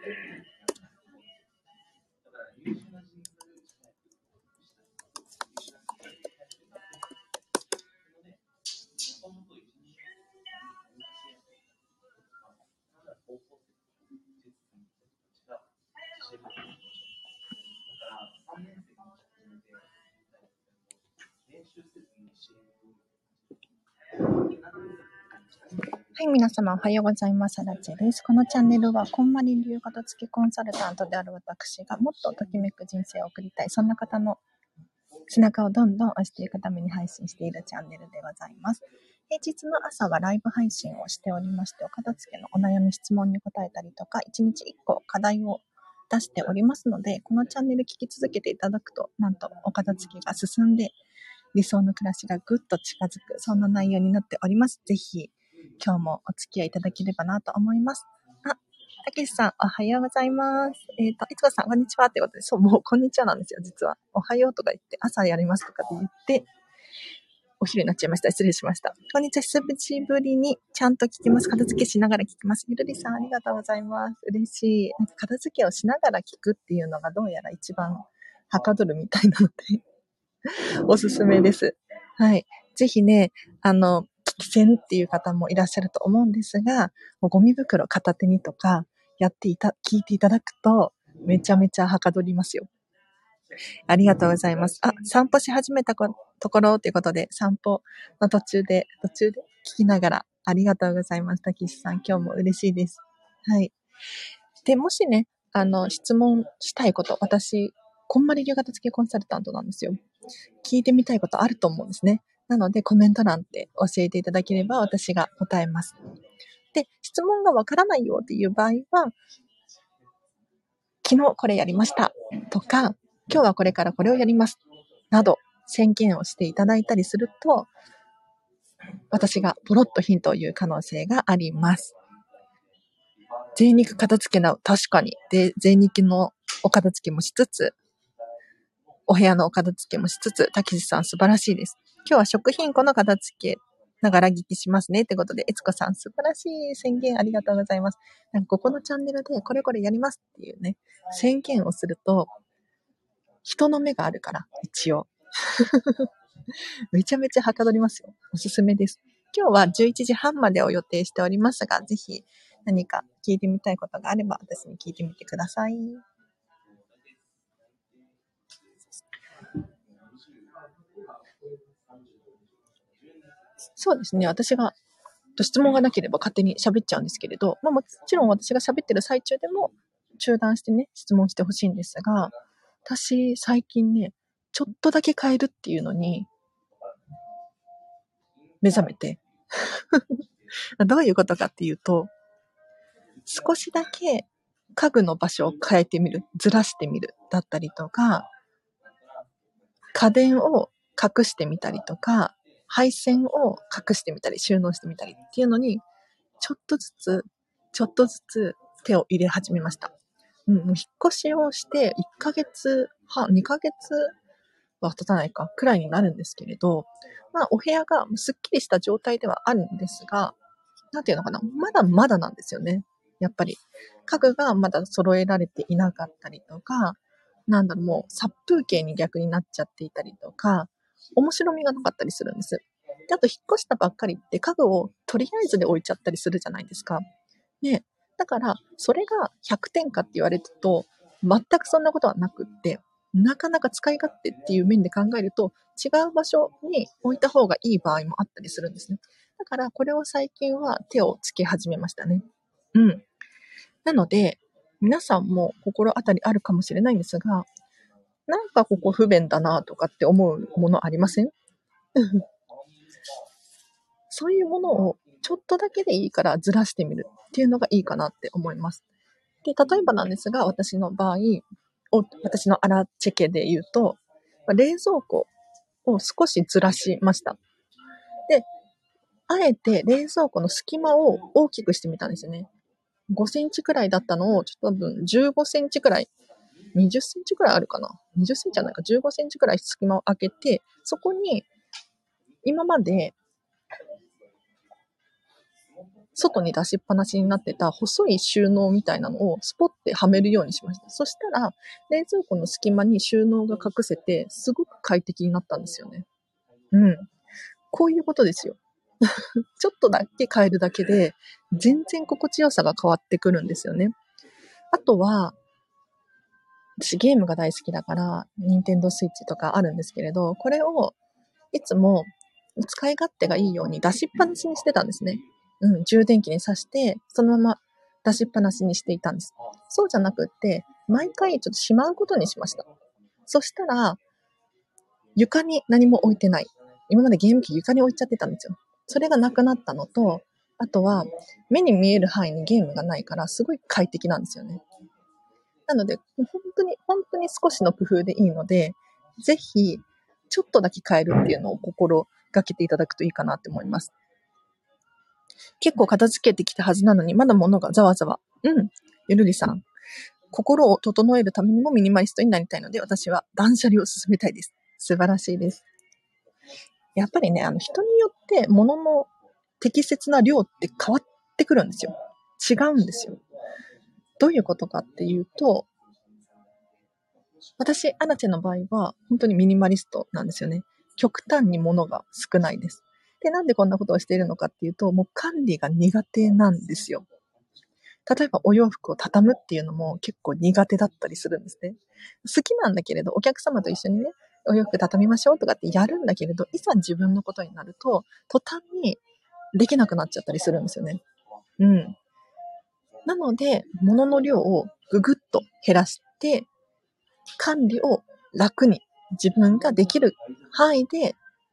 はい、皆様おはようございます。ラチェです。このチャンネルは、こんまり流片付けコンサルタントである私が、もっとときめく人生を送りたい、そんな方の背中をどんどん押していくために配信しているチャンネルでございます。平日の朝はライブ配信をしておりまして、お片付けのお悩み質問に答えたりとか、1日1個課題を出しておりますので、このチャンネル聞き続けていただくと、なんとお片付けが進んで、理想の暮らしがぐっと近づく、そんな内容になっております。ぜひ、今日もお付き合いいただければなと思います。たけしさん、おはようございます。いつこさん、こんにちはってことで、そう、もうこんにちはなんですよ、実は。おはようとか言って、朝やりますとかって言って、お昼になっちゃいました。失礼しました。こんにちは、久しぶりにちゃんと聞きます。片付けしながら聞きます。ゆるりさん、ありがとうございます。嬉しい。なんか片付けをしながら聞くっていうのがどうやら一番はかどるみたいなので、おすすめです。はい。ぜひね、聞き戦っていう方もいらっしゃると思うんですが、もうゴミ袋片手にとか、聞いていただくと、めちゃめちゃはかどりますよ。ありがとうございます。散歩し始めたところということで、散歩の途中で聞きながら、ありがとうございます。たけしさん、今日も嬉しいです。はい。で、もしね、質問したいこと、私、こんまり流型付きコンサルタントなんですよ。聞いてみたいことあると思うんですね。なのでコメント欄で教えていただければ私が答えます。で、質問がわからないよっていう場合は、昨日これやりましたとか、今日はこれからこれをやりますなど宣言をしていただいたりすると、私がポロッとヒントを言う可能性があります。贅肉片付けな、確かに。で、贅肉のお片付けもしつつ、お部屋のお片付けもしつつ、たけしさん素晴らしいです。今日は食品庫の片付けながら聞きしますねってことで、えつこさん素晴らしい宣言ありがとうございます。なんかここのチャンネルでこれこれやりますっていうね、宣言をすると、人の目があるから、一応。めちゃめちゃはかどりますよ。おすすめです。今日は11時半までを予定しておりますが、ぜひ何か聞いてみたいことがあれば私に聞いてみてください。そうですね。私が質問がなければ勝手に喋っちゃうんですけれど、もちろん私が喋ってる最中でも中断してね、質問してほしいんですが、私最近ね、ちょっとだけ変えるっていうのに目覚めて、どういうことかっていうと、少しだけ家具の場所を変えてみる、ずらしてみるだったりとか、家電を隠してみたりとか、配線を隠してみたり、収納してみたりっていうのに、ちょっとずつ手を入れ始めました。もう引っ越しをして1ヶ月半、2ヶ月は経たないかくらいになるんですけれど、お部屋がすっきりした状態ではあるんですが、なんていうのかな、まだまだなんですよね。やっぱり家具がまだ揃えられていなかったりとか、もう殺風景に逆になっちゃっていたりとか、面白みがなかったりするんです。で、あと引っ越したばっかりって家具をとりあえずで置いちゃったりするじゃないですか。ね。だから、それが100点かって言われると、全くそんなことはなくって、なかなか使い勝手っていう面で考えると、違う場所に置いた方がいい場合もあったりするんですね。だから、これを最近は手をつけ始めましたね。うん。なので、皆さんも心当たりあるかもしれないんですが、なんかここ不便だなとかって思うものありません？そういうものをちょっとだけでいいからずらしてみるっていうのがいいかなって思います。で、例えばなんですが、私の場合、私のアラチェケで言うと、冷蔵庫を少しずらしました。で、あえて冷蔵庫の隙間を大きくしてみたんですよね。5センチくらいだったのを、ちょっと多分15センチくらい、20センチくらいあるかな ?20 センチじゃないか、15センチくらい隙間を空けて、そこに今まで外に出しっぱなしになってた細い収納みたいなのをスポッてはめるようにしました。そしたら、冷蔵庫の隙間に収納が隠せて、すごく快適になったんですよね。こういうことですよ。ちょっとだけ変えるだけで、全然心地よさが変わってくるんですよね。あとは、私ゲームが大好きだから、ニンテンドースイッチとかあるんですけれど、これをいつも使い勝手がいいように出しっぱなしにしてたんですね。充電器に挿して、そのまま出しっぱなしにしていたんです。そうじゃなくって、毎回ちょっとしまうことにしました。そしたら、床に何も置いてない。今までゲーム機床に置いちゃってたんですよ。それがなくなったのと、あとは、目に見える範囲にゲームがないから、すごい快適なんですよね。なので、本当に少しの工夫でいいので、ぜひ、ちょっとだけ変えるっていうのを心がけていただくといいかなって思います。結構片付けてきたはずなのに、まだ物がざわざわ。ゆるりさん。心を整えるためにもミニマリストになりたいので、私は断捨離を進めたいです。素晴らしいです。やっぱりね、人によって物の適切な量って変わってくるんですよ。違うんですよ。どういうことかっていうと、私、アナチェの場合は、本当にミニマリストなんですよね。極端に物が少ないです。で、なんでこんなことをしているのかっていうと、もう管理が苦手なんですよ。例えばお洋服を畳むっていうのも結構苦手だったりするんですね。好きなんだけれど、お客様と一緒にね、お洋服畳みましょうとかってやるんだけれど、いざ自分のことになると、途端にできなくなっちゃったりするんですよね。なので、物の量をぐぐっと減らして、管理を楽に自分ができる範囲で、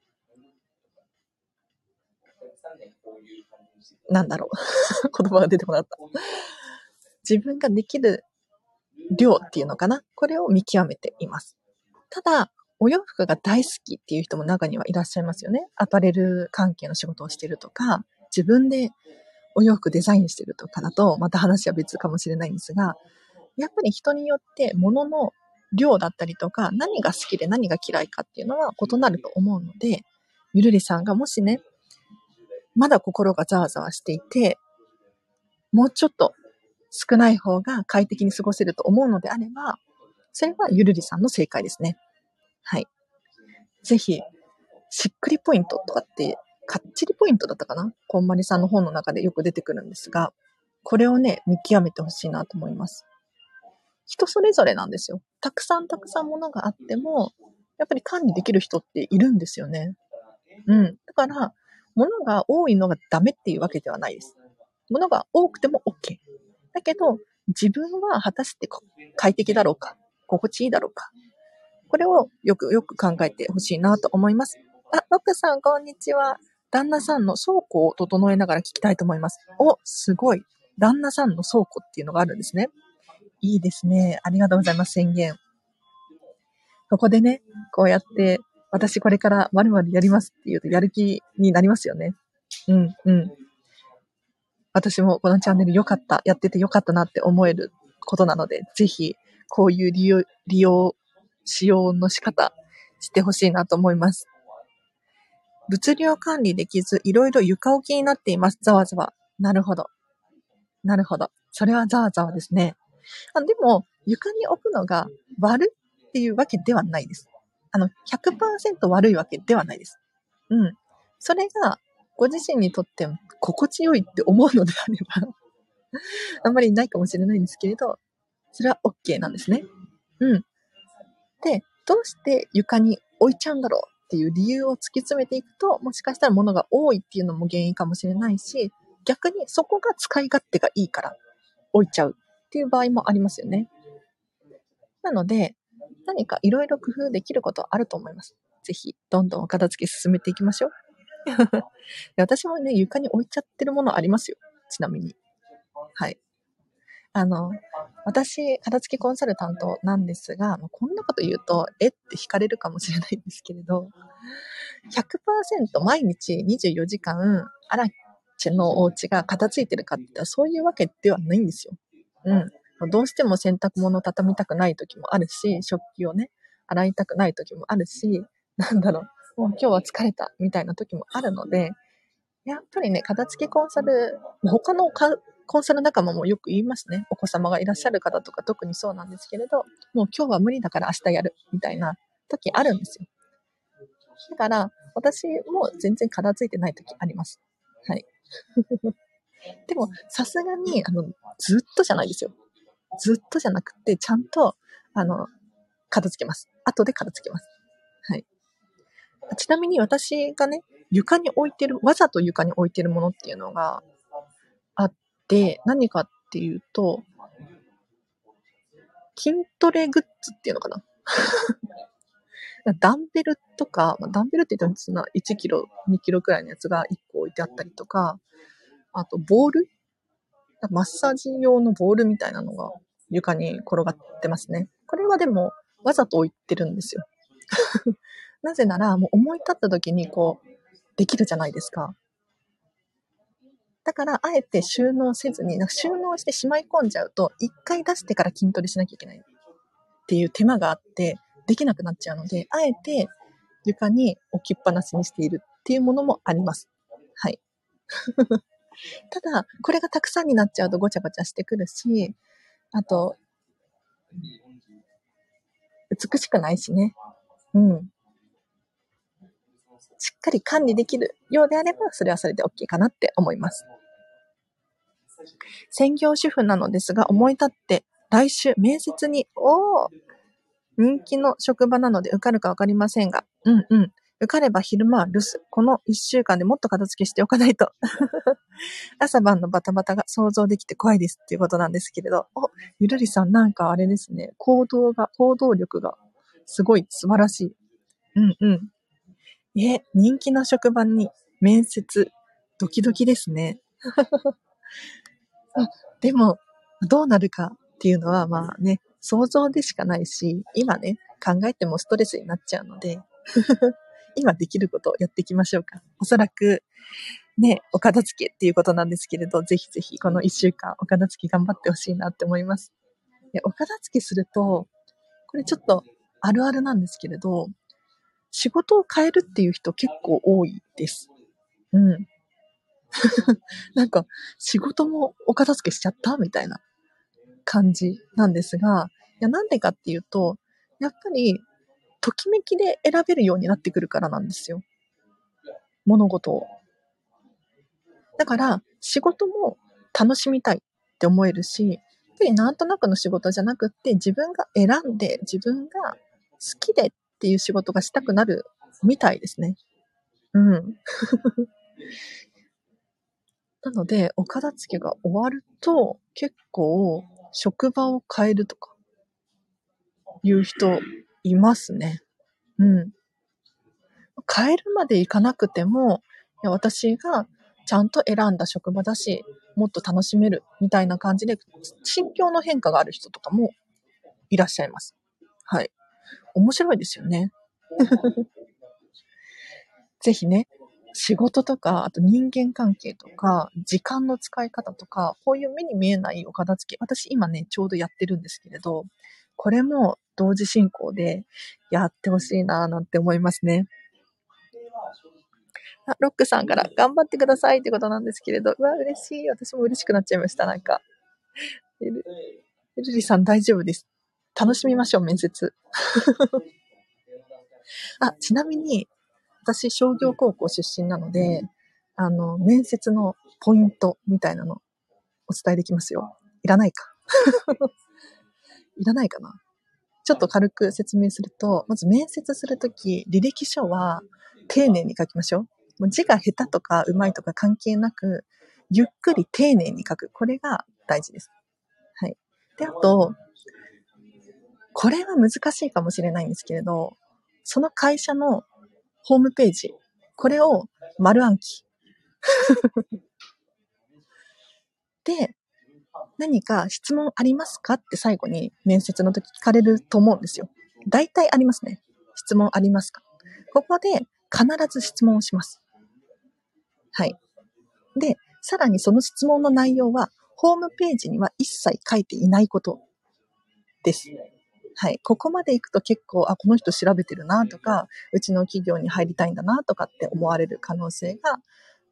言葉が出てこなかった。自分ができる量っていうのかな、これを見極めています。ただ、お洋服が大好きっていう人も中にはいらっしゃいますよね。アパレル関係の仕事をしているとか、自分でお洋服デザインしているとかだと、また話は別かもしれないんですが、やっぱり人によって物の量だったりとか、何が好きで何が嫌いかっていうのは異なると思うので、ゆるりさんがもしね、まだ心がざわざわしていて、もうちょっと少ない方が快適に過ごせると思うのであれば、それはゆるりさんの正解ですね。はい。ぜひ、しっくりポイントとかって、かっちりポイントだったかな、こんまりさんの本の中でよく出てくるんですが、これをね、見極めてほしいなと思います。人それぞれなんですよ。たくさん物があっても、やっぱり管理できる人っているんですよね。だから、物が多いのがダメっていうわけではないです。物が多くても OK。だけど、自分は果たして快適だろうか、心地いいだろうか。これをよく考えてほしいなと思います。ロックさん、こんにちは。旦那さんの倉庫を整えながら聞きたいと思います。すごい。旦那さんの倉庫っていうのがあるんですね。いいですね。ありがとうございます、宣言。ここでね、こうやって、私これから〇〇やりますって言うとやる気になりますよね。私もこのチャンネル良かった、やってて良かったなって思えることなので、ぜひ、こういう使用の仕方してほしいなと思います。物量管理できず、いろいろ床置きになっています。ざわざわ。なるほど。それはざわざわですね。でも、床に置くのが悪っていうわけではないです。100% 悪いわけではないです。それが、ご自身にとって心地よいって思うのであればあんまりないかもしれないんですけれど、それは OK なんですね。で、どうして床に置いちゃうんだろうっていう理由を突き詰めていくと、もしかしたら物が多いっていうのも原因かもしれないし、逆にそこが使い勝手がいいから置いちゃうっていう場合もありますよね。なので、何かいろいろ工夫できることはあると思います。ぜひ、どんどんお片付け進めていきましょう。私もね、床に置いちゃってるものありますよ。ちなみに。はい。私、片付けコンサルタントなんですが、こんなこと言うと、って惹かれるかもしれないんですけれど、100% 毎日24時間、アラチェのお家が片付いてるかって言ったら、そういうわけではないんですよ。どうしても洗濯物を畳みたくない時もあるし、食器をね、洗いたくない時もあるし、もう今日は疲れたみたいな時もあるので、 やっぱりね、片付けコンサル、他のコンサル仲間もよく言いますね。お子様がいらっしゃる方とか特にそうなんですけれど、もう今日は無理だから明日やるみたいな時あるんですよ。だから、私も全然片付いてない時あります。はい。でも、さすがに、ずっとじゃないですよ。ずっとじゃなくて、ちゃんと、片付けます。後で片付けます。はい。ちなみに私がね、わざと床に置いてるものっていうのがあって、何かっていうと、筋トレグッズっていうのかな。ダンベルとか、ダンベルって言ったら1キロ、2キロくらいのやつが1個置いてあったりとか、あとボールマッサージ用のボールみたいなのが床に転がってますね。これはでもわざと置いてるんですよ。なぜならもう思い立った時にできるじゃないですか。だからあえて収納せずに、収納してしまい込んじゃうと一回出してから筋トレしなきゃいけないっていう手間があってできなくなっちゃうので、あえて床に置きっぱなしにしているっていうものもあります。はい。ただ、これがたくさんになっちゃうとごちゃごちゃしてくるし、あと、美しくないしね。うん。しっかり管理できるようであれば、それはそれで OK かなって思います。専業主婦なのですが、思い立って来週面接に、人気の職場なので受かるかわかりませんが、受かれば昼間は留守。この一週間でもっと片付けしておかないと。朝晩のバタバタが想像できて怖いですっていうことなんですけれど。ゆるりさんなんかあれですね。行動力がすごい素晴らしい。人気の職場に面接、ドキドキですね。でも、どうなるかっていうのはまあね、想像でしかないし、今ね、考えてもストレスになっちゃうので、今できることをやっていきましょうか。おそらく、ね、お片付けっていうことなんですけれど、ぜひぜひこの一週間お片付け頑張ってほしいなって思います。お片付けすると、これちょっとあるあるなんですけれど、仕事を変えるっていう人結構多いです。うん。なんか、仕事もお片付けしちゃったみたいな感じなんですが、なんでかっていうと、やっぱり、ときめきで選べるようになってくるからなんですよ。物事を。だから、仕事も楽しみたいって思えるし、やっぱりなんとなくの仕事じゃなくって、自分が選んで、自分が好きでっていう仕事がしたくなるみたいですね。うん。なので、お片付けが終わると、結構、職場を変えるとか、いう人いますね。うん。変えるまでいかなくても、私がちゃんと選んだ職場だし、もっと楽しめるみたいな感じで、心境の変化がある人とかもいらっしゃいます。はい。面白いですよね。ぜひね、仕事とか、あと人間関係とか、時間の使い方とか、こういう目に見えないお片付け、私今ね、ちょうどやってるんですけれど、これも同時進行でやってほしいなぁなんて思いますね。ロックさんから頑張ってくださいってことなんですけれど、うわ、嬉しい。私も嬉しくなっちゃいました。なんか。エルリさん大丈夫です。楽しみましょう、面接。ちなみに、私、商業高校出身なので、面接のポイントみたいなのお伝えできますよ。いらないか。いらないかな。ちょっと軽く説明すると、まず面接するとき、履歴書は丁寧に書きましょう。もう字が下手とか上手いとか関係なく、ゆっくり丁寧に書く。これが大事です。はい。で、あと、これは難しいかもしれないんですけれど、その会社のホームページ、これを丸暗記。で、何か質問ありますかって最後に面接の時聞かれると思うんですよ。大体ありますね。質問ありますか？ここで必ず質問をします。はい。で、さらにその質問の内容は、ホームページには一切書いていないことです。はい。ここまで行くと結構、この人調べてるなとか、うちの企業に入りたいんだなとかって思われる可能性が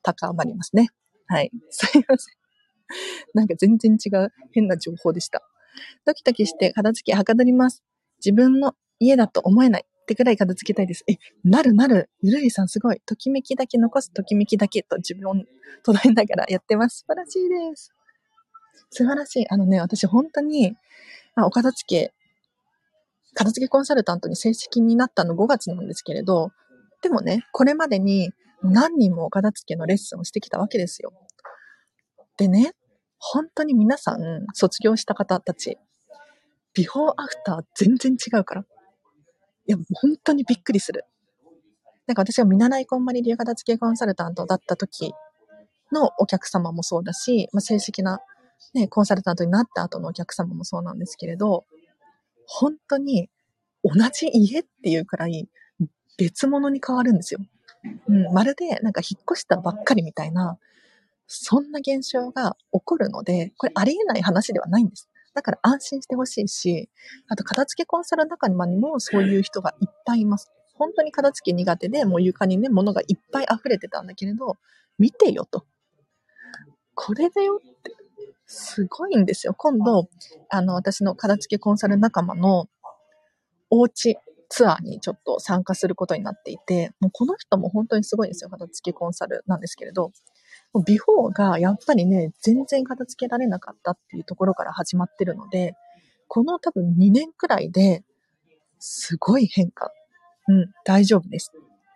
高まりますね。はい。すいません。なんか全然違う変な情報でした。ドキドキして片付けはかどります。自分の家だと思えないってくらい片付けたいです。なる。ゆるりさんすごい。ときめきだけ残すときめきだけと自分を唱えながらやってます。素晴らしいです。素晴らしい。私本当に、お片付けコンサルタントに正式になったの5月なんですけれど、でもね、これまでに何人もお片付けのレッスンをしてきたわけですよ。でね、本当に皆さん卒業した方たち、ビフォーアフター全然違うから。いや、本当にびっくりする。なんか私が見習いこんまり流片付けコンサルタントだった時のお客様もそうだし、正式な、ね、コンサルタントになった後のお客様もそうなんですけれど、本当に同じ家っていうくらい別物に変わるんですよ。まるでなんか引っ越したばっかりみたいな、そんな現象が起こるので、これありえない話ではないんです。だから安心してほしいし、あと片付けコンサル仲間にもそういう人がいっぱいいます。本当に片付け苦手で、もう床にね、物がいっぱい溢れてたんだけれど、見てよと。これだよって。すごいんですよ。今度、私の片付けコンサル仲間のお家ツアーにちょっと参加することになっていて、もうこの人も本当にすごいんですよ。片付けコンサルなんですけれど、ビフォーがやっぱりね、全然片付けられなかったっていうところから始まってるので、この多分2年くらいですごい変化。大丈夫です。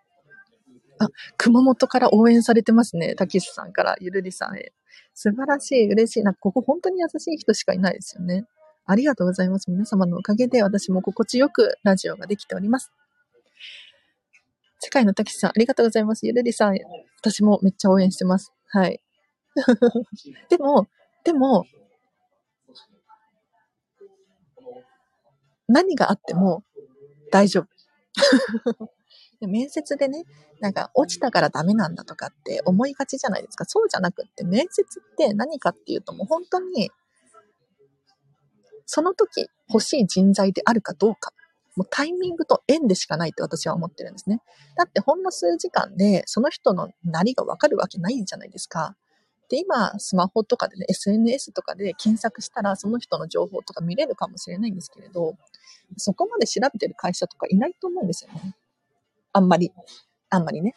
熊本から応援されてますね。たけしさんからゆるりさんへ。素晴らしい、嬉しい。ここ本当に優しい人しかいないですよね。ありがとうございます。皆様のおかげで私も心地よくラジオができております。世界のたけしさん、ありがとうございます。ゆるりさんへ。私もめっちゃ応援してます。はい。でも、何があっても大丈夫。面接でね、なんか落ちたからダメなんだとかって思いがちじゃないですか。そうじゃなくって、面接って何かっていうともう本当に、その時欲しい人材であるかどうか。もうタイミングと縁でしかないって私は思ってるんですね。だってほんの数時間でその人のなりがわかるわけないじゃないですか。で、今、スマホとかでね、SNS とかで検索したらその人の情報とか見れるかもしれないんですけれど、そこまで調べてる会社とかいないと思うんですよね。あんまりね。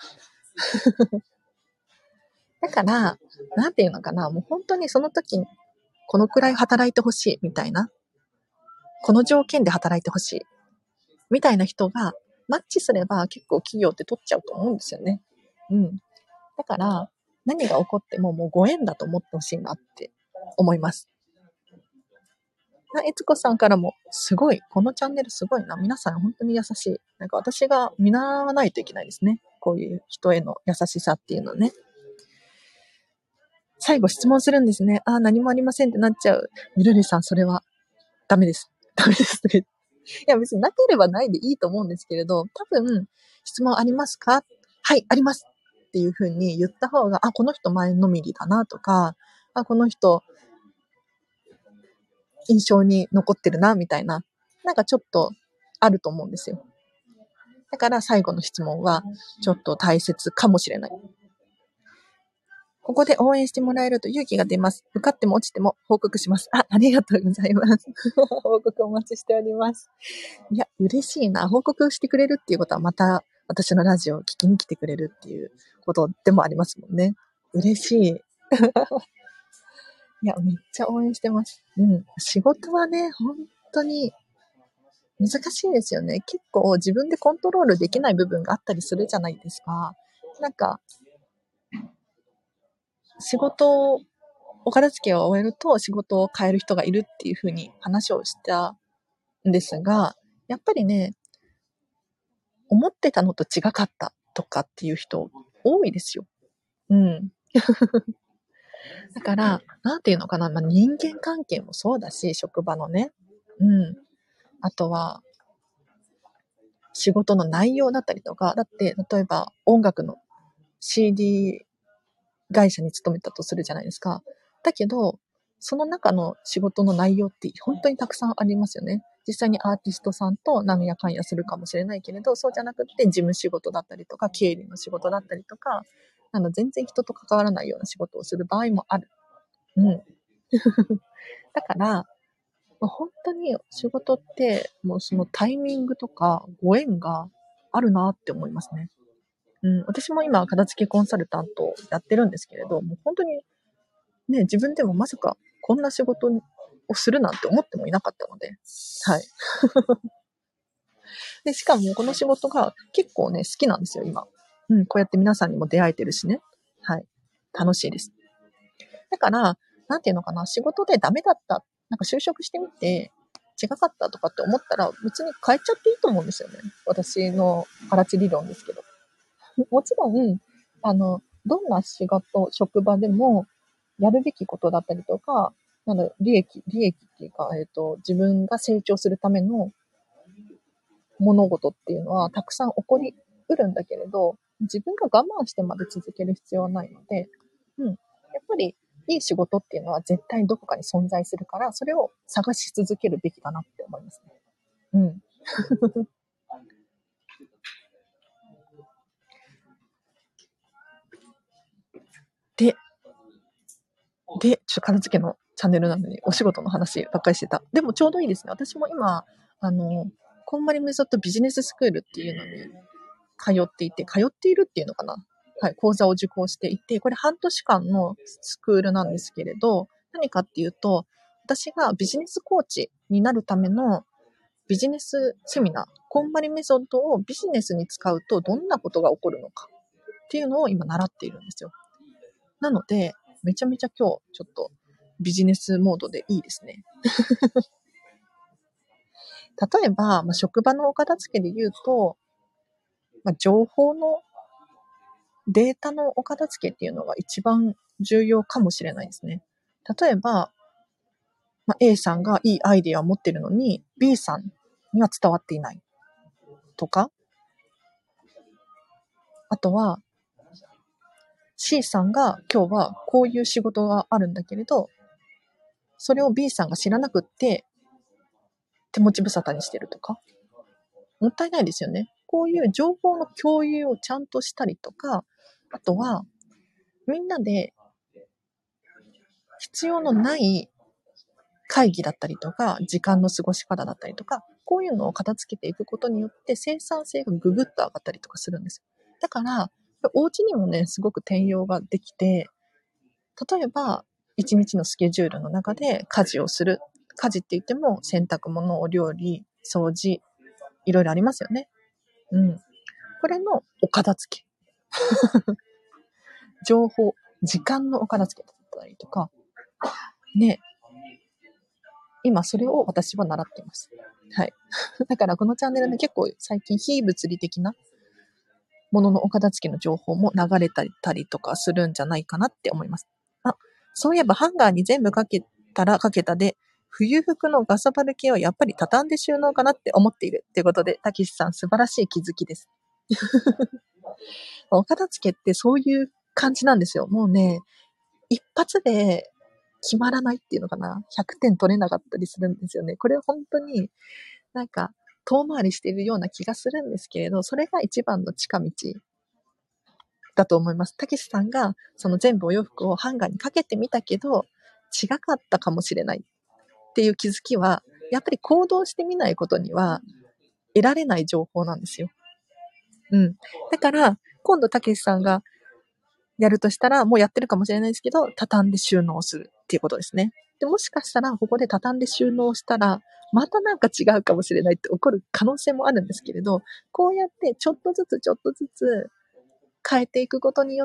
だから、なんていうのかな、もう本当にその時にこのくらい働いてほしいみたいな、この条件で働いてほしいみたいな人がマッチすれば結構企業って取っちゃうと思うんですよね。だから何が起こってももうご縁だと思ってほしいなって思います。えつこさんからもすごい、このチャンネルすごいな。皆さん本当に優しい。なんか私が見習わないといけないですね。こういう人への優しさっていうのね。最後質問するんですね。何もありませんってなっちゃう。ゆるりさん、それはダメです。ダメです。いや、別になければないでいいと思うんですけれど、多分、質問ありますか？はい、あります。っていう風に言った方が、この人前のめりだなとか、この人印象に残ってるな、みたいな、なんかちょっとあると思うんですよ。だから最後の質問は、ちょっと大切かもしれない。ここで応援してもらえると勇気が出ます。受かっても落ちても報告します。ありがとうございます。報告お待ちしております。いや、嬉しいな。報告してくれるっていうことはまた私のラジオを聞きに来てくれるっていうことでもありますもんね。嬉しい。いや、めっちゃ応援してます。仕事はね、本当に難しいですよね。結構自分でコントロールできない部分があったりするじゃないですか。なんか、仕事をお片付けを終えると仕事を変える人がいるっていう風に話をしたんですが、やっぱりね、思ってたのと違かったとかっていう人多いですよ。だから、なんていうのかな、人間関係もそうだし、職場のね。あとは、仕事の内容だったりとか、だって、例えば音楽の CD 会社に勤めたとするじゃないですか。だけど、その中の仕事の内容って本当にたくさんありますよね。実際にアーティストさんと何やかんやするかもしれないけれど、そうじゃなくて事務仕事だったりとか、経理の仕事だったりとか、 全然人と関わらないような仕事をする場合もある。うん。だから、本当に仕事って、もうそのタイミングとかご縁があるなって思いますね。私も今、片付けコンサルタントやってるんですけれど、もう本当にね、自分でもまさかこんな仕事をするなんて思ってもいなかったので、はい。で、しかもこの仕事が結構ね、好きなんですよ、今。こうやって皆さんにも出会えてるしね。はい。楽しいです。だから、なんていうのかな、仕事でダメだった、なんか就職してみて、違かったとかって思ったら、別に変えちゃっていいと思うんですよね。私の荒地理論ですけど。もちろん、どんな仕事、職場でも、やるべきことだったりとか、利益っていうか、自分が成長するための物事っていうのはたくさん起こりうるんだけれど、自分が我慢してまで続ける必要はないので、やっぱりいい仕事っていうのは絶対どこかに存在するから、それを探し続けるべきだなって思いますね。うん。で、ちょっと片付けのチャンネルなのにお仕事の話ばっかりしてた。でもちょうどいいですね。私も今、こんまりメソッドビジネススクールっていうのに通っているっていうのかな。はい、講座を受講していて、これ半年間のスクールなんですけれど、何かっていうと、私がビジネスコーチになるためのビジネスセミナー、こんまりメソッドをビジネスに使うとどんなことが起こるのかっていうのを今習っているんですよ。なので、めちゃめちゃ今日ちょっとビジネスモードでいいですね。例えば、職場のお片付けで言うと、情報のデータのお片付けっていうのが一番重要かもしれないですね。例えば、A さんがいいアイデアを持っているのに B さんには伝わっていないとか、あとは C さんが今日はこういう仕事があるんだけれど、それを B さんが知らなくって手持ち無沙汰にしてるとか、もったいないですよね。こういう情報の共有をちゃんとしたりとか、あとはみんなで必要のない会議だったりとか、時間の過ごし方だったりとか、こういうのを片付けていくことによって生産性がぐぐっと上がったりとかするんですよ。だから、お家にもね、すごく転用ができて、例えば、一日のスケジュールの中で家事をする。家事って言っても、洗濯物、お料理、掃除、いろいろありますよね。これのお片付け。情報、時間のお片付けだったりとか、ね、今それを私は習っています。はい。だからこのチャンネルね、結構最近非物理的なもののお片付けの情報も流れたりとかするんじゃないかなって思います。あ、そういえばハンガーに全部かけたで、冬服のガサバル系はやっぱり畳んで収納かなって思っている。ということで、たけしさん素晴らしい気づきです。お片付けってそういう感じなんですよ。もうね、一発で決まらないっていうのかな。100点取れなかったりするんですよね。これは本当になんか遠回りしているような気がするんですけれど、それが一番の近道だと思います。たけしさんがその全部お洋服をハンガーにかけてみたけど、違かったかもしれないっていう気づきは、やっぱり行動してみないことには得られない情報なんですよ。だから、今度たけしさんがやるとしたら、もうやってるかもしれないですけど、畳んで収納するっていうことですね。で、もしかしたら、ここで畳んで収納したら、またなんか違うかもしれないって起こる可能性もあるんですけれど、こうやってちょっとずつ変えていくことによって、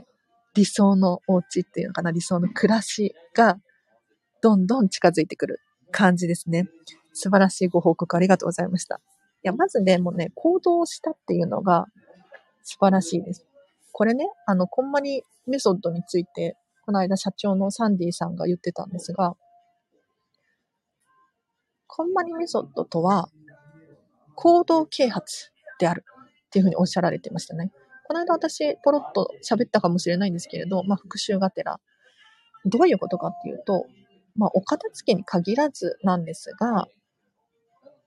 理想のお家っていうのかな、理想の暮らしがどんどん近づいてくる感じですね。素晴らしいご報告ありがとうございました。いや、まずね、もうね、行動したっていうのが素晴らしいです。これね、こんまりメソッドについて、この間社長のサンディさんが言ってたんですが、こんまりメソッドとは、行動啓発であるっていうふうにおっしゃられてましたね。この間私、ポロッと喋ったかもしれないんですけれど、復習がてら、どういうことかっていうと、お片付けに限らずなんですが、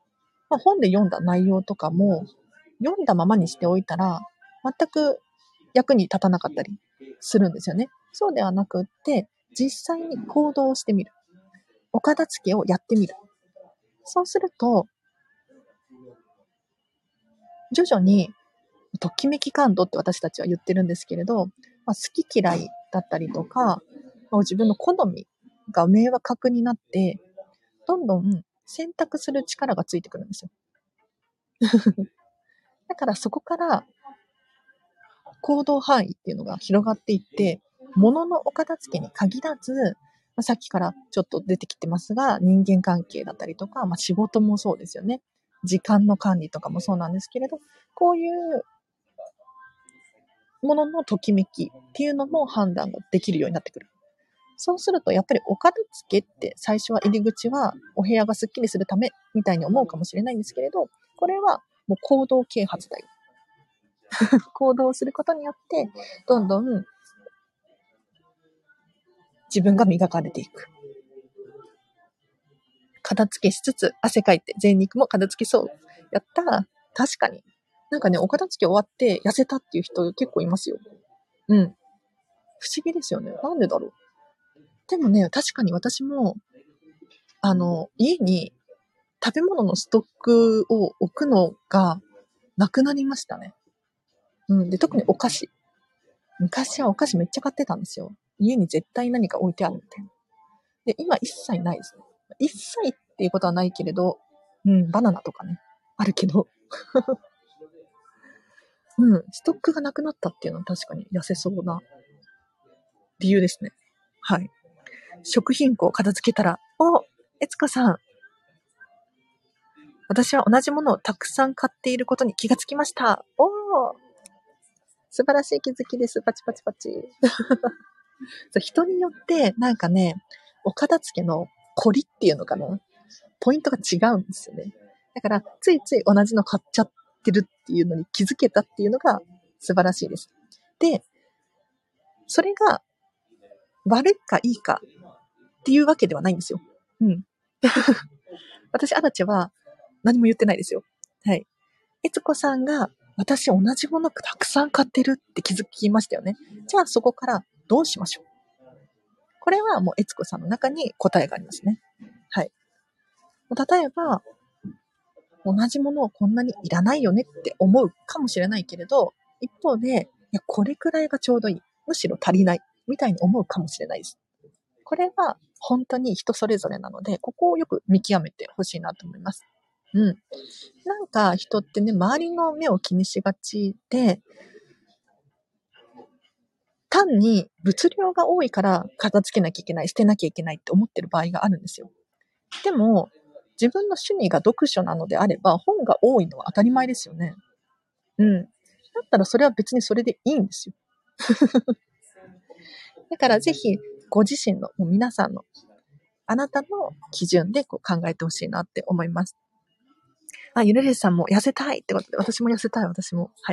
本で読んだ内容とかも、読んだままにしておいたら、全く役に立たなかったりするんですよね。そうではなくって、実際に行動してみる。お片付けをやってみる。そうすると、徐々に、ときめき感度って私たちは言ってるんですけれど、好き嫌いだったりとか、自分の好みが明確になって、どんどん選択する力がついてくるんですよ。だからそこから行動範囲っていうのが広がっていって、物のお片付けに限らず、さっきからちょっと出てきてますが、人間関係だったりとか、仕事もそうですよね。時間の管理とかもそうなんですけれど、こういうもののときめきっていうのも判断ができるようになってくる。そうすると、やっぱりお片付けって最初は入り口はお部屋がスッキリするためみたいに思うかもしれないんですけれど、これはもう行動啓発だよ。行動することによって、どんどん自分が磨かれていく。片付けしつつ、汗かいて、全肉も片付きそう。やったら、確かに。なんかね、お片付け終わって痩せたっていう人結構いますよ。うん。不思議ですよね。なんでだろう。でもね、確かに私も、家に食べ物のストックを置くのがなくなりましたね。うん。で、特にお菓子。昔はお菓子めっちゃ買ってたんですよ。家に絶対何か置いてあるみたいな。で、今一切ないですね。一切っていうことはないけれど、バナナとかね、あるけど、ストックがなくなったっていうのは確かに痩せそうな理由ですね。はい。食品庫を片付けたら、えつこさん、私は同じものをたくさん買っていることに気がつきました。素晴らしい気づきです。パチパチパチ。人によって、なんかね、お片付けのコリっていうのかな、ポイントが違うんですよね。だから、ついつい同じの買っちゃってるっていうのに気づけたっていうのが素晴らしいです。で、それが悪いかいいかっていうわけではないんですよ。うん。私、アラチェは何も言ってないですよ。はい。えつこさんが、私同じものたくさん買ってるって気づきましたよね。じゃあそこからどうしましょう。これはもうえつこさんの中に答えがありますね。はい。例えば、同じものをこんなにいらないよねって思うかもしれないけれど、一方で、いや、これくらいがちょうどいい。むしろ足りない。みたいに思うかもしれないです。これは本当に人それぞれなので、ここをよく見極めてほしいなと思います。なんか人ってね、周りの目を気にしがちで、単に物量が多いから片付けなきゃいけない、捨てなきゃいけないって思ってる場合があるんですよ。でも、自分の趣味が読書なのであれば、本が多いのは当たり前ですよね。だったらそれは別にそれでいいんですよ。だからぜひ、ご自身の、もう皆さんの、あなたの基準でこう考えてほしいなって思います。ゆるれさんも痩せたいってことで、私も痩せたい、私も。はい。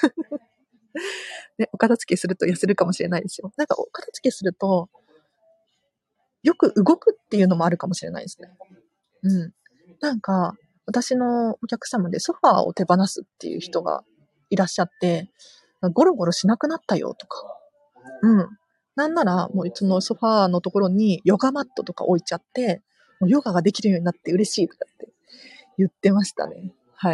お片付けすると痩せるかもしれないですよ。なんかお片付けすると、よく動くっていうのもあるかもしれないですね。なんか、私のお客様でソファーを手放すっていう人がいらっしゃって、ゴロゴロしなくなったよとか。なんなら、もういつもソファーのところにヨガマットとか置いちゃって、もうヨガができるようになって嬉しいとかって言ってましたね。はい。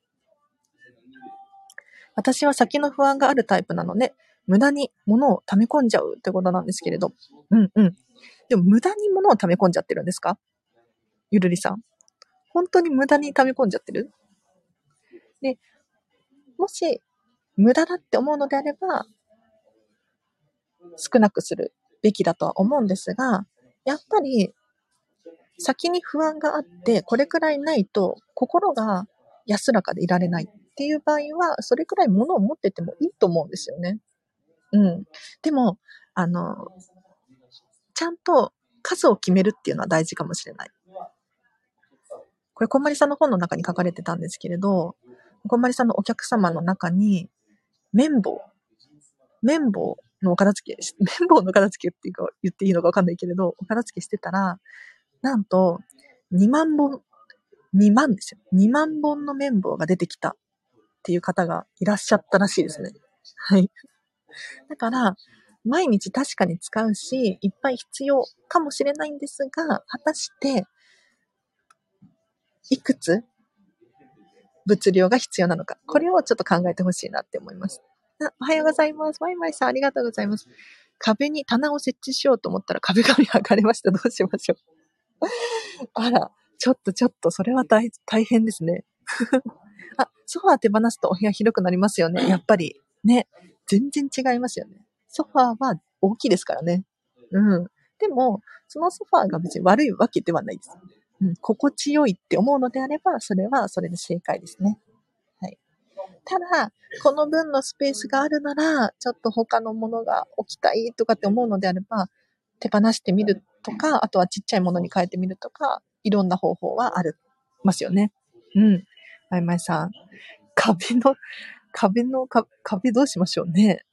私は先の不安があるタイプなので、無駄に物を溜め込んじゃうってことなんですけれど。でも無駄に物を溜め込んじゃってるんですか？ゆるりさん。本当に無駄に溜め込んじゃってる？で、もし無駄だって思うのであれば、少なくするべきだとは思うんですが、やっぱり先に不安があって、これくらいないと心が安らかでいられないっていう場合は、それくらい物を持っててもいいと思うんですよね。でも、ちゃんと数を決めるっていうのは大事かもしれない。これ、こんまりさんの本の中に書かれてたんですけれど、こんまりさんのお客様の中に、綿棒のお片付け、綿棒のお片付けっていうか言っていいのかわかんないけれど、お片付けしてたら、なんと、2万本、2万ですよ。2万本の綿棒が出てきたっていう方がいらっしゃったらしいですね。 はい。だから、毎日確かに使うし、いっぱい必要かもしれないんですが、果たして、いくつ物量が必要なのか。これをちょっと考えてほしいなって思います。おはようございます。ワイワイさんありがとうございます。壁に棚を設置しようと思ったら壁紙剥がれました。どうしましょう。あら、ちょっと、それは大変ですね。ソファー手放すとお部屋広くなりますよね。やっぱり。ね。全然違いますよね。ソファーは大きいですからね。うん。でも、そのソファーが別に悪いわけではないです。うん。心地よいって思うのであれば、それはそれで正解ですね。はい。ただ、この分のスペースがあるなら、ちょっと他のものが置きたいとかって思うのであれば、手放してみるとか、あとはちっちゃいものに変えてみるとか、いろんな方法はありますよね。うん。まいまいさん、壁どうしましょうね。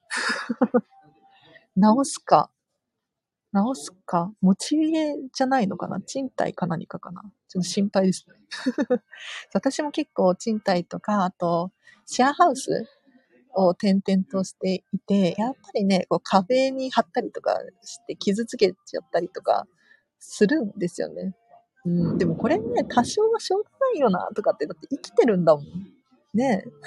直すか、持ち家じゃないのかな、賃貸か何かかな。ちょっと心配ですね。私も結構賃貸とか、あと、シェアハウスを転々としていて、やっぱりね、こう壁に貼ったりとかして傷つけちゃったりとかするんですよね。うん、でもこれね、多少はしょうがないよな、とかって、だって生きてるんだもん。ねえ。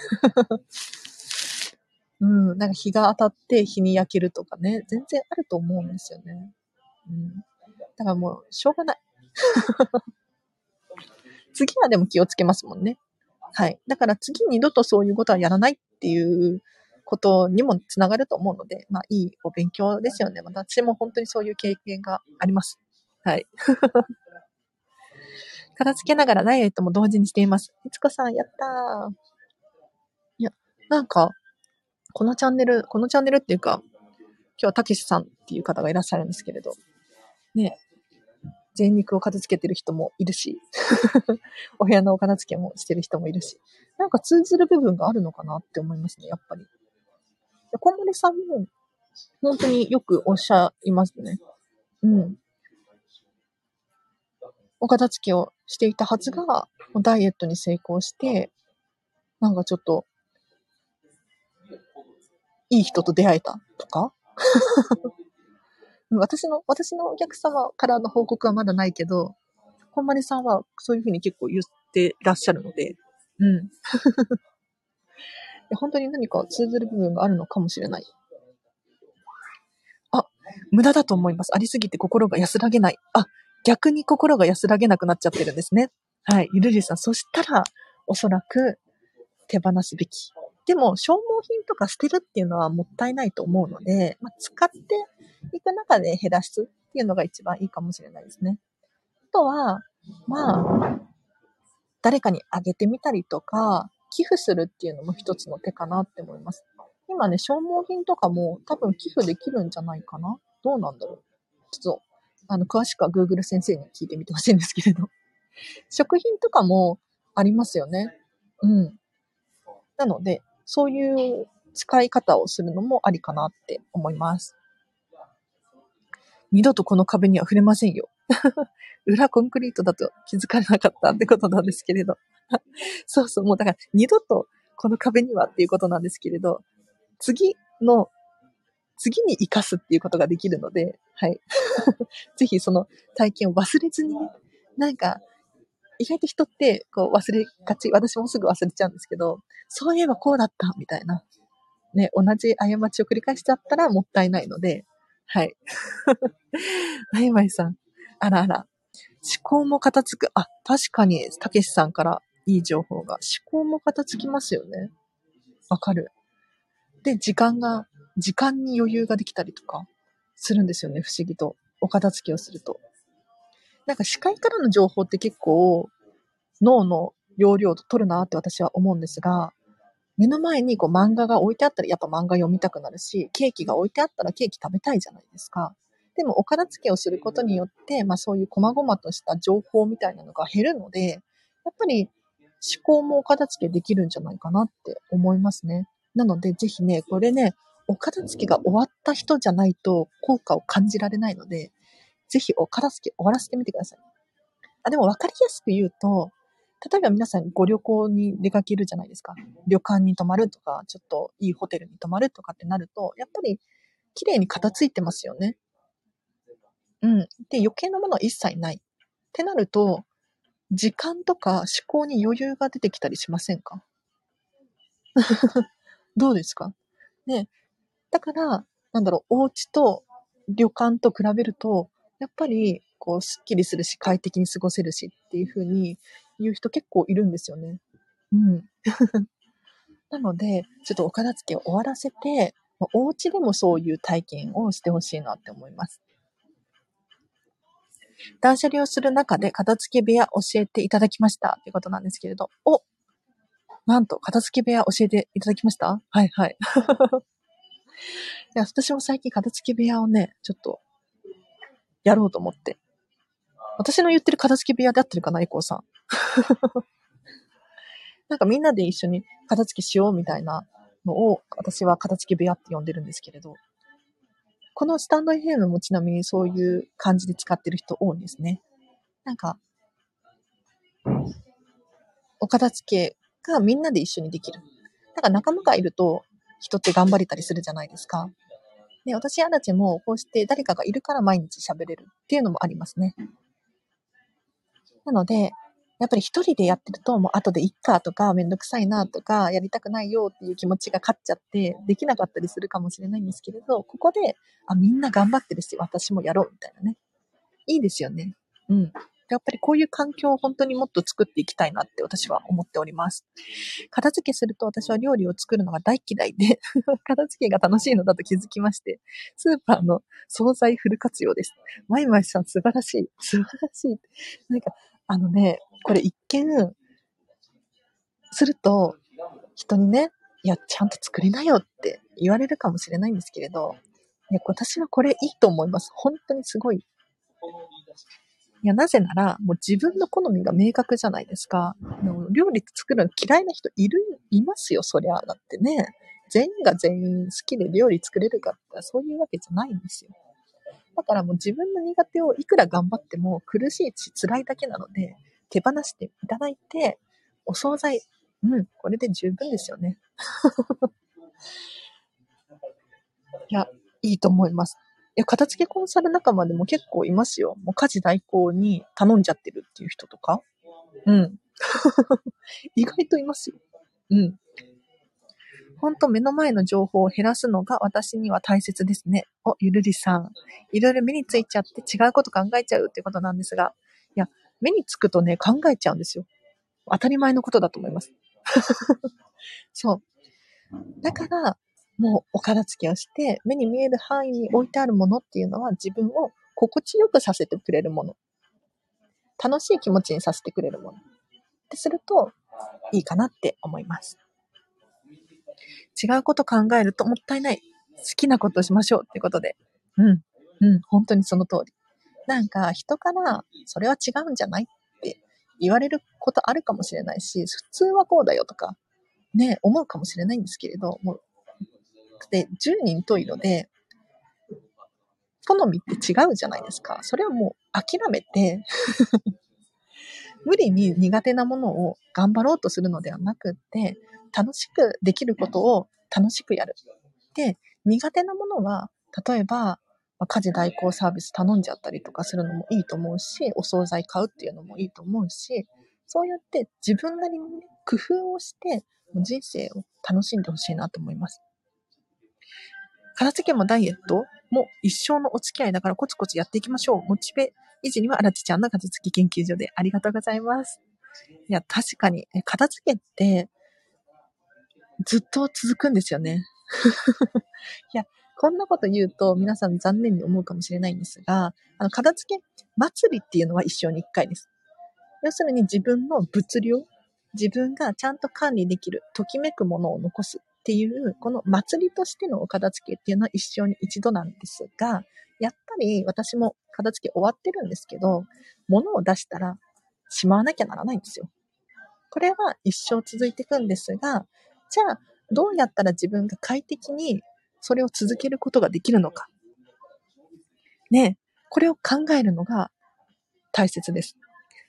うん、なんか日が当たって日に焼けるとかね、全然あると思うんですよね。うん。だからもう、しょうがない。次はでも気をつけますもんね。はい。だから次二度とそういうことはやらないっていうことにもつながると思うので、まあいいお勉強ですよね。私も本当にそういう経験があります。はい。片付けながらダイエットも同時にしています。いつこさん、やったー。いや、なんか、このチャンネルっていうか、今日はたけしさんっていう方がいらっしゃるんですけれど、ね、全肉を片付けてる人もいるし、お部屋のお片付けもしてる人もいるし、なんか通ずる部分があるのかなって思いますね、やっぱり。こんまりさんも本当によくおっしゃいますね。うん。お片付けをしていたはずが、ダイエットに成功して、なんかちょっと、いい人と出会えたとか私のお客様からの報告はまだないけど、こんまりさんはそういうふうに結構言ってらっしゃるので、うん。本当に何か通ずる部分があるのかもしれない。あ、無駄だと思います。ありすぎて心が安らげない。あ、逆に心が安らげなくなっちゃってるんですね。はい。ゆるりさん、そしたら、おそらく手放すべき。でも、消耗品とか捨てるっていうのはもったいないと思うので、使っていく中で減らすっていうのが一番いいかもしれないですね。あとは、誰かにあげてみたりとか、寄付するっていうのも一つの手かなって思います。今ね、消耗品とかも多分寄付できるんじゃないかな。どうなんだろう。ちょっと、詳しくは Google 先生に聞いてみてほしいんですけれど。食品とかもありますよね。うん。なので、そういう使い方をするのもありかなって思います。二度とこの壁には触れませんよ。裏コンクリートだと気づかれなかったってことなんですけれど。そうそう、もうだから二度とこの壁にはっていうことなんですけれど、次に活かすっていうことができるので、はい。ぜひその体験を忘れずにね、なんか、意外と人ってこう忘れがち、私もすぐ忘れちゃうんですけど、そういえばこうだった、みたいな。ね、同じ過ちを繰り返しちゃったらもったいないので、はい。まいまいさん。あらあら。思考も片付く。あ、確かに、たけしさんからいい情報が。思考も片付きますよね。わかる。で、時間に余裕ができたりとかするんですよね、不思議と。お片付けをすると。なんか視界からの情報って結構脳の容量と取るなって私は思うんですが、目の前にこう漫画が置いてあったらやっぱ漫画読みたくなるし、ケーキが置いてあったらケーキ食べたいじゃないですか。でもお片付けをすることによって、そういう細々とした情報みたいなのが減るので、やっぱり思考もお片付けできるんじゃないかなって思いますね。なのでぜひね、これね、お片付けが終わった人じゃないと効果を感じられないので、ぜひお片付け終わらせてみてください。でも分かりやすく言うと、 例えば皆さんご旅行に出かけるじゃないですか。旅館に泊まるとか、ちょっといいホテルに泊まるとかってなると、やっぱり綺麗に片付いてますよね。で、余計なものは一切ない。ってなると、時間とか思考に余裕が出てきたりしませんか？どうですかね。だから、お家と旅館と比べると、やっぱり、スッキリするし、快適に過ごせるしっていう風に言う人結構いるんですよね。なので、ちょっとお片付けを終わらせて、お家でもそういう体験をしてほしいなって思います。断捨離をする中で片付け部屋教えていただきましたってことなんですけれど、なんと片付け部屋教えていただきました？はいはい。いや、私も最近片付け部屋をね、ちょっとやろうと思って。私の言ってる片付け部屋で合ってるかな、エコーさん。なんかみんなで一緒に片付けしようみたいなのを、私は片付け部屋って呼んでるんですけれど、このスタンド FM もちなみにそういう感じで使ってる人多いんですね。なんか、お片付けがみんなで一緒にできる。なんか仲間がいると人って頑張れたりするじゃないですか。で、私、あらちもこうして誰かがいるから毎日喋れるっていうのもありますね。なので、やっぱり一人でやってると、もう後でいっかとか、めんどくさいなとか、やりたくないよっていう気持ちが勝っちゃって、できなかったりするかもしれないんですけれど、ここで、みんな頑張ってるし、私もやろうみたいなね。いいですよね。やっぱりこういう環境を本当にもっと作っていきたいなって私は思っております。片付けすると私は料理を作るのが大嫌いで、片付けが楽しいのだと気づきまして、スーパーの惣菜フル活用です。マイマイさん素晴らしい。素晴らしい。なんか、これ一見すると人にね、いや、ちゃんと作りなよって言われるかもしれないんですけれど、いや、私はこれいいと思います。本当にすごい。いや、なぜなら、もう自分の好みが明確じゃないですか。料理作るの嫌いな人いますよ、そりゃ。だってね。全員が全員好きで料理作れるかってそういうわけじゃないんですよ。だからもう自分の苦手をいくら頑張っても苦しいし辛いだけなので、手放していただいて、お惣菜、これで十分ですよね。いや、いいと思います。いや、片付けコンサル仲間でも結構いますよ。もう家事代行に頼んじゃってるっていう人とか。意外といますよ。ほんと目の前の情報を減らすのが私には大切ですね。ゆるりさん。いろいろ目についちゃって違うこと考えちゃうってことなんですが。いや、目につくとね、考えちゃうんですよ。当たり前のことだと思います。そう。だから、もうお片付けをして、目に見える範囲に置いてあるものっていうのは自分を心地よくさせてくれるもの。楽しい気持ちにさせてくれるもの。ってするといいかなって思います。違うこと考えるともったいない。好きなことをしましょうっていうことで。本当にその通り。なんか人からそれは違うんじゃないって言われることあるかもしれないし、普通はこうだよとかね、思うかもしれないんですけれど、もうで10人十色で好みって違うじゃないですか。それはもう諦めて無理に苦手なものを頑張ろうとするのではなくって、楽しくできることを楽しくやる。で、苦手なものは、例えば、家事代行サービス頼んじゃったりとかするのもいいと思うし、お惣菜買うっていうのもいいと思うし、そうやって自分なりに、ね、工夫をして、人生を楽しんでほしいなと思います。片付けもダイエットも一生のお付き合いだからコツコツやっていきましょう。モチベ維持にはあらちちゃんの片付け研究所でありがとうございます。いや、確かに、片付けってずっと続くんですよね。いや、こんなこと言うと皆さん残念に思うかもしれないんですが、片付け祭りっていうのは一生に一回です。要するに自分の物量、自分がちゃんと管理できる、ときめくものを残すっていう、この祭りとしてのお片付けっていうのは一生に一度なんですが、やっぱり私も片付け終わってるんですけど、物を出したらしまわなきゃならないんですよ。これは一生続いていくんですが、じゃあどうやったら自分が快適にそれを続けることができるのか。ね、これを考えるのが大切です。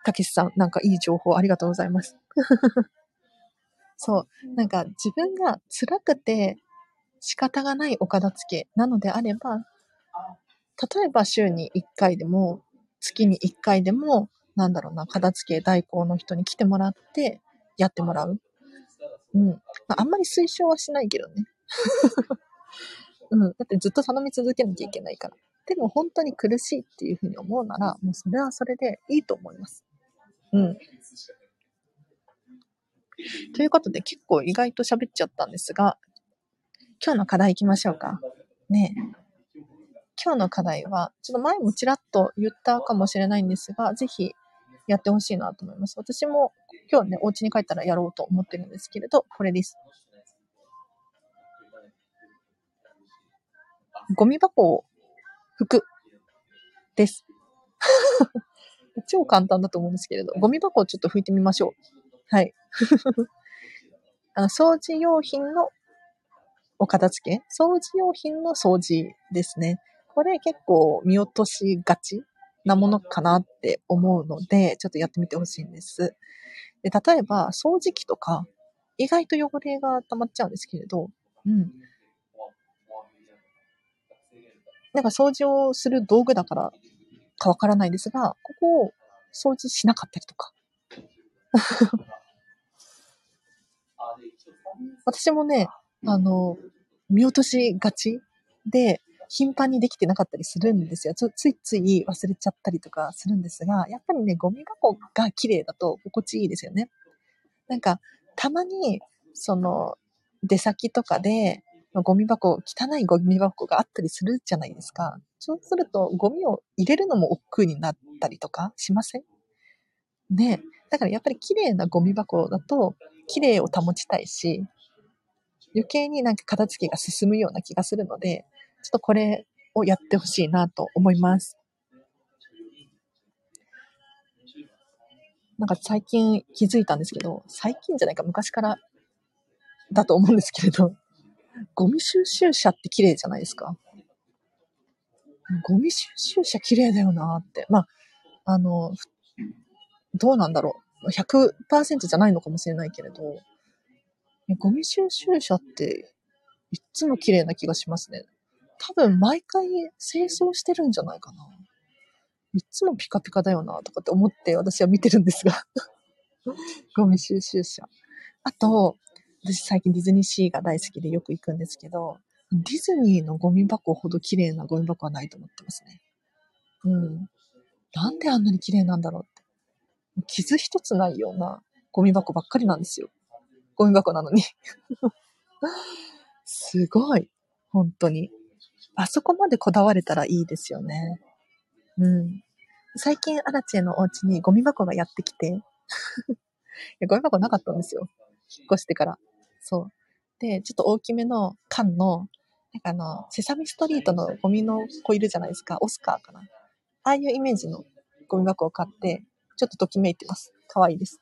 たけしさん、なんかいい情報ありがとうございます。そう。なんか自分が辛くて仕方がないお片付けなのであれば、例えば週に1回でも、月に1回でも、片付け代行の人に来てもらってやってもらう。うん。あんまり推奨はしないけどね。うん。だってずっと頼み続けなきゃいけないから。でも本当に苦しいっていうふうに思うなら、もうそれはそれでいいと思います。うん。ということで結構意外と喋っちゃったんですが、今日の課題行きましょうか。ねえ。今日の課題は、ちょっと前もちらっと言ったかもしれないんですが、ぜひやってほしいなと思います。私も今日ね、お家に帰ったらやろうと思ってるんですけれど、これです。ゴミ箱を拭くです。超簡単だと思うんですけれど、ゴミ箱をちょっと拭いてみましょう。はい。掃除用品のお片付け、掃除用品の掃除ですね。これ結構見落としがちなものかなって思うので、ちょっとやってみてほしいんです。で、例えば、掃除機とか、意外と汚れが溜まっちゃうんですけれど、うん。なんか掃除をする道具だからかわからないですが、ここを掃除しなかったりとか。私もね、見落としがちで、頻繁にできてなかったりするんですよ。ついつい忘れちゃったりとかするんですが、やっぱりね、ゴミ箱が綺麗だと心地いいですよね。なんか、たまに、出先とかで、汚いゴミ箱があったりするじゃないですか。そうすると、ゴミを入れるのも億劫になったりとかしませんね。だからやっぱり綺麗なゴミ箱だと、綺麗を保ちたいし、余計になんか片付けが進むような気がするので、ちょっとこれをやってほしいなと思います。なんか最近気づいたんですけど、最近じゃないか昔からだと思うんですけれど、ゴミ収集車って綺麗じゃないですか。ゴミ収集車綺麗だよなって。まあ、どうなんだろう。100% じゃないのかもしれないけれど、ゴミ収集車っていつも綺麗な気がしますね。多分毎回清掃してるんじゃないかな。いつもピカピカだよなとかって思って私は見てるんですが。ゴミ収集車。あと、私最近ディズニーシーが大好きでよく行くんですけど、ディズニーのゴミ箱ほど綺麗なゴミ箱はないと思ってますね。うん。なんであんなに綺麗なんだろうって。傷一つないようなゴミ箱ばっかりなんですよ。ゴミ箱なのに。すごい。本当に。あそこまでこだわれたらいいですよね。うん。最近、アラチェのお家にゴミ箱がやってきて、ゴミ箱なかったんですよ。引っ越してから。そう。で、ちょっと大きめの缶の、セサミストリートのゴミの子いるじゃないですか。オスカーかな。ああいうイメージのゴミ箱を買って、ちょっとときめいてます。かわいいです。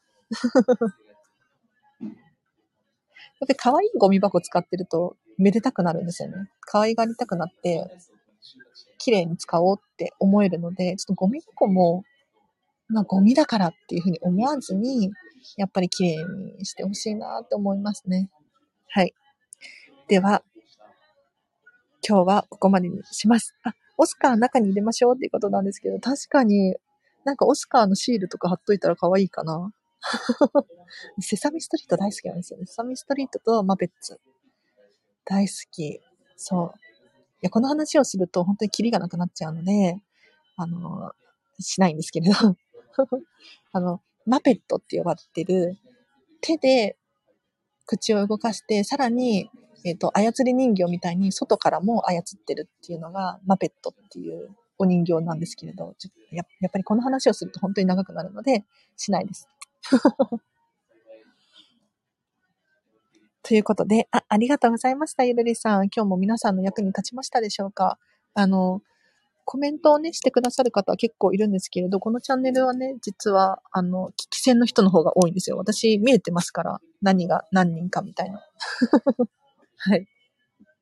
やっぱり可愛いゴミ箱使ってると、めでたくなるんですよね。可愛がりたくなって、綺麗に使おうって思えるので、ちょっとゴミ箱も、ゴミだからっていうふうに思わずに、やっぱり綺麗にしてほしいなって思いますね。はい。では、今日はここまでにします。オスカー中に入れましょうっていうことなんですけど、確かになんかオスカーのシールとか貼っといたら可愛いかな。セサミストリート大好きなんですよね。セサミストリートとマペッツ。大好き。そう。いや、この話をすると本当にキリがなくなっちゃうので、しないんですけれど、マペットって呼ばれてる、手で口を動かして、さらに、操り人形みたいに外からも操ってるっていうのが、マペットっていうお人形なんですけれど、やっぱりこの話をすると本当に長くなるので、しないです。ということで、ありがとうございました、ゆるりさん。今日も皆さんの役に立ちましたでしょうか？コメントをね、してくださる方は結構いるんですけれど、このチャンネルはね、実は、聞き戦の人の方が多いんですよ。私、見えてますから、何が何人かみたいな。はい。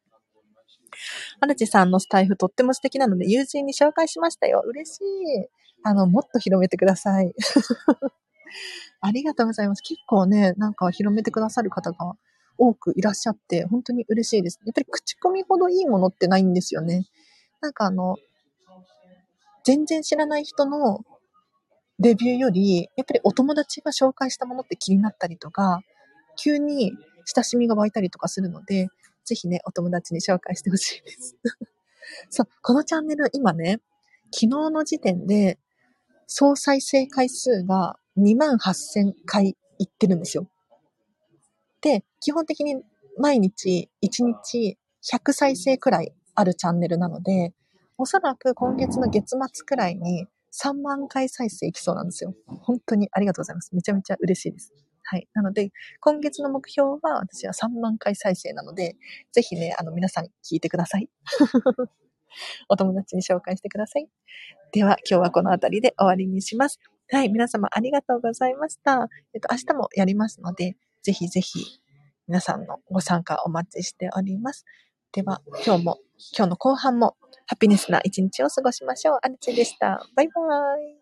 アルチさんのスタイフとっても素敵なので、友人に紹介しましたよ。嬉しい。 もっと広めてください。ありがとうございます。結構ね、なんか広めてくださる方が多くいらっしゃって、本当に嬉しいです。やっぱり口コミほどいいものってないんですよね。なんか全然知らない人のレビューより、やっぱりお友達が紹介したものって気になったりとか、急に親しみが湧いたりとかするので、ぜひね、お友達に紹介してほしいです。そう、このチャンネル今ね、昨日の時点で総再生回数が28,000回いってるんですよ。で、基本的に毎日1日100再生くらいあるチャンネルなので、おそらく今月の月末くらいに3万回再生いきそうなんですよ。本当にありがとうございます。めちゃめちゃ嬉しいです。はい。なので、今月の目標は私は3万回再生なので、ぜひね、皆さん聞いてください。お友達に紹介してください。では、今日はこの辺りで終わりにします。はい。皆様ありがとうございました。明日もやりますので、ぜひぜひ皆さんのご参加お待ちしております。では、今日の後半もハピネスな一日を過ごしましょう。あるちでした。バイバーイ。